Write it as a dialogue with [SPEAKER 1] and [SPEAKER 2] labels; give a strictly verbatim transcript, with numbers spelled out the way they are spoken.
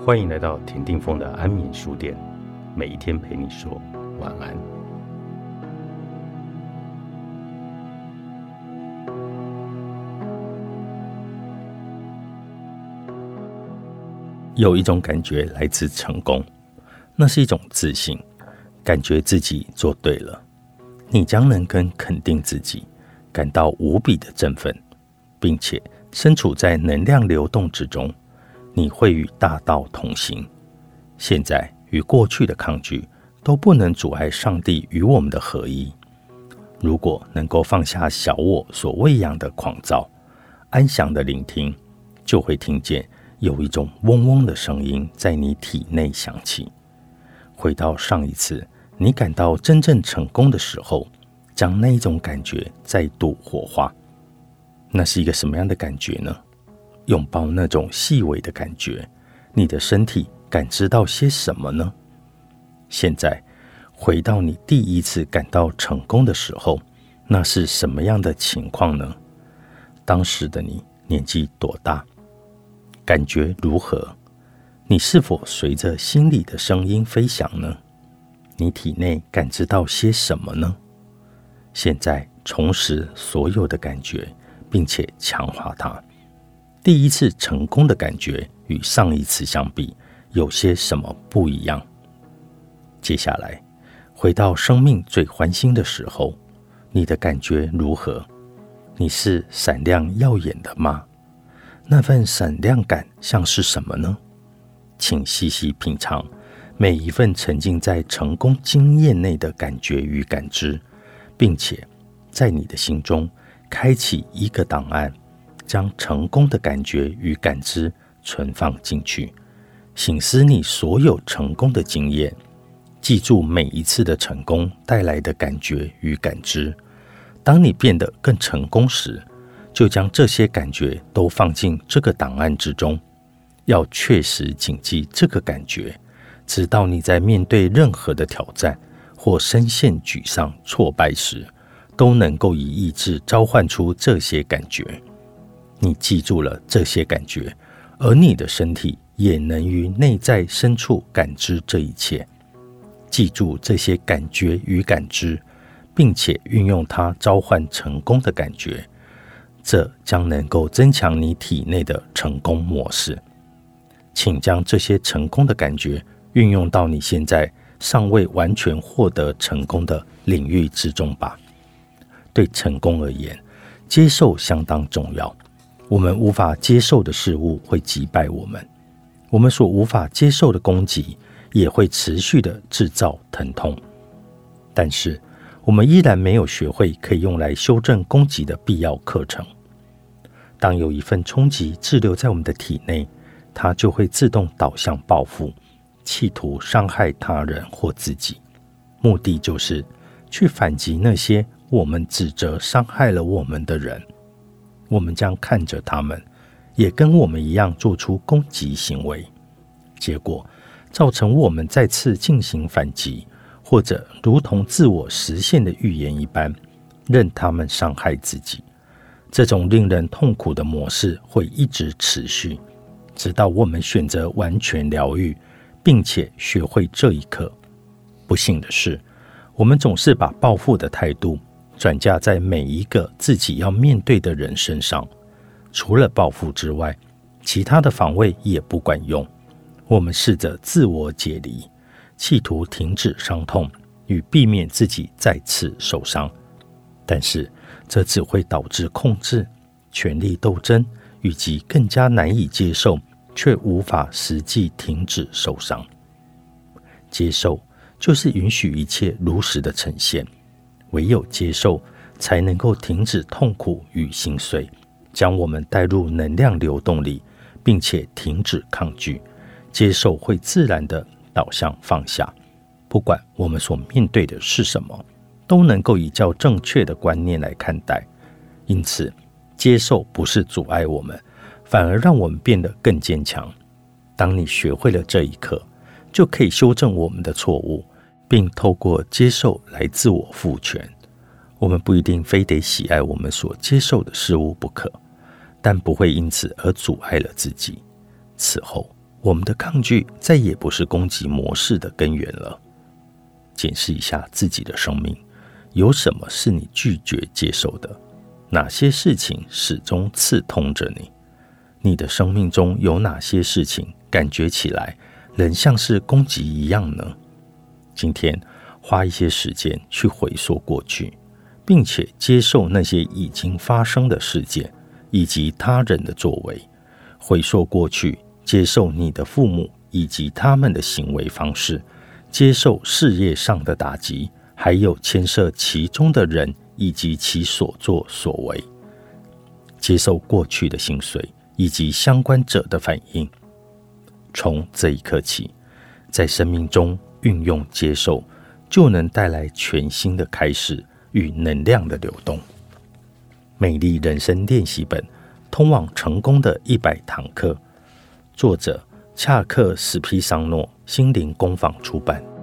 [SPEAKER 1] 欢迎来到田定峰的安眠书店，每一天陪你说晚安。有一种感觉来自成功，那是一种自信，感觉自己做对了，你将能跟肯定自己感到无比的振奋，并且身处在能量流动之中，你会与大道同行。现在与过去的抗拒都不能阻碍上帝与我们的合一。如果能够放下小我所喂养的狂躁，安详的聆听，就会听见有一种嗡嗡的声音在你体内响起。回到上一次你感到真正成功的时候，将那一种感觉再度活化。那是一个什么样的感觉呢？拥抱那种细微的感觉，你的身体感知到些什么呢？现在回到你第一次感到成功的时候，那是什么样的情况呢？当时的你年纪多大？感觉如何？你是否随着心里的声音飞翔呢？你体内感知到些什么呢？现在重拾所有的感觉，并且强化它。第一次成功的感觉与上一次相比，有些什么不一样？接下来，回到生命最欢欣的时候，你的感觉如何？你是闪亮耀眼的吗？那份闪亮感像是什么呢？请细细品尝每一份沉浸在成功经验内的感觉与感知，并且在你的心中开启一个档案，将成功的感觉与感知存放进去，省思你所有成功的经验，记住每一次的成功带来的感觉与感知。当你变得更成功时，就将这些感觉都放进这个档案之中，要确实谨记这个感觉，直到你在面对任何的挑战或深陷沮丧挫败时，都能够以意志召唤出这些感觉。你记住了这些感觉，而你的身体也能于内在深处感知这一切。记住这些感觉与感知，并且运用它召唤成功的感觉，这将能够增强你体内的成功模式。请将这些成功的感觉运用到你现在尚未完全获得成功的领域之中吧。对成功而言，接受相当重要。我们无法接受的事物会击败我们，我们所无法接受的攻击也会持续地制造疼痛。但是，我们依然没有学会可以用来修正攻击的必要课程。当有一份冲击滞留在我们的体内，它就会自动导向报复，企图伤害他人或自己，目的就是去反击那些我们指责伤害了我们的人。我们将看着他们也跟我们一样做出攻击行为，结果造成我们再次进行反击，或者如同自我实现的预言一般，任他们伤害自己。这种令人痛苦的模式会一直持续，直到我们选择完全疗愈，并且学会这一刻。不幸的是，我们总是把报复的态度转嫁在每一个自己要面对的人身上。除了报复之外，其他的防卫也不管用。我们试着自我解离，企图停止伤痛与避免自己再次受伤，但是这只会导致控制、权力斗争以及更加难以接受却无法实际停止受伤。接受就是允许一切如实的呈现，唯有接受才能够停止痛苦与心碎，将我们带入能量流动里，并且停止抗拒。接受会自然地导向放下，不管我们所面对的是什么，都能够以较正确的观念来看待。因此，接受不是阻碍我们，反而让我们变得更坚强。当你学会了这一刻，就可以修正我们的错误，并透过接受来自我赋权。我们不一定非得喜爱我们所接受的事物不可，但不会因此而阻碍了自己。此后， 我们的抗拒再也不是攻击模式的根源了。检视一下自己的生命，有什么是你拒绝接受的？哪些事情始终刺痛着你？你的生命中有哪些事情感觉起来仍像是攻击一样呢？今天花一些时间去回溯过去，并且接受那些已经发生的事件以及他人的作为。回溯过去，接受你的父母以及他们的行为方式，接受事业上的打击，还有牵涉其中的人以及其所作所为，接受过去的心碎以及相关者的反应。从这一刻起，在生命中运用接受，就能带来全新的开始与能量的流动。美丽人生练习本，通往成功的一百堂课，作者恰克·史皮桑诺，心灵工坊出版。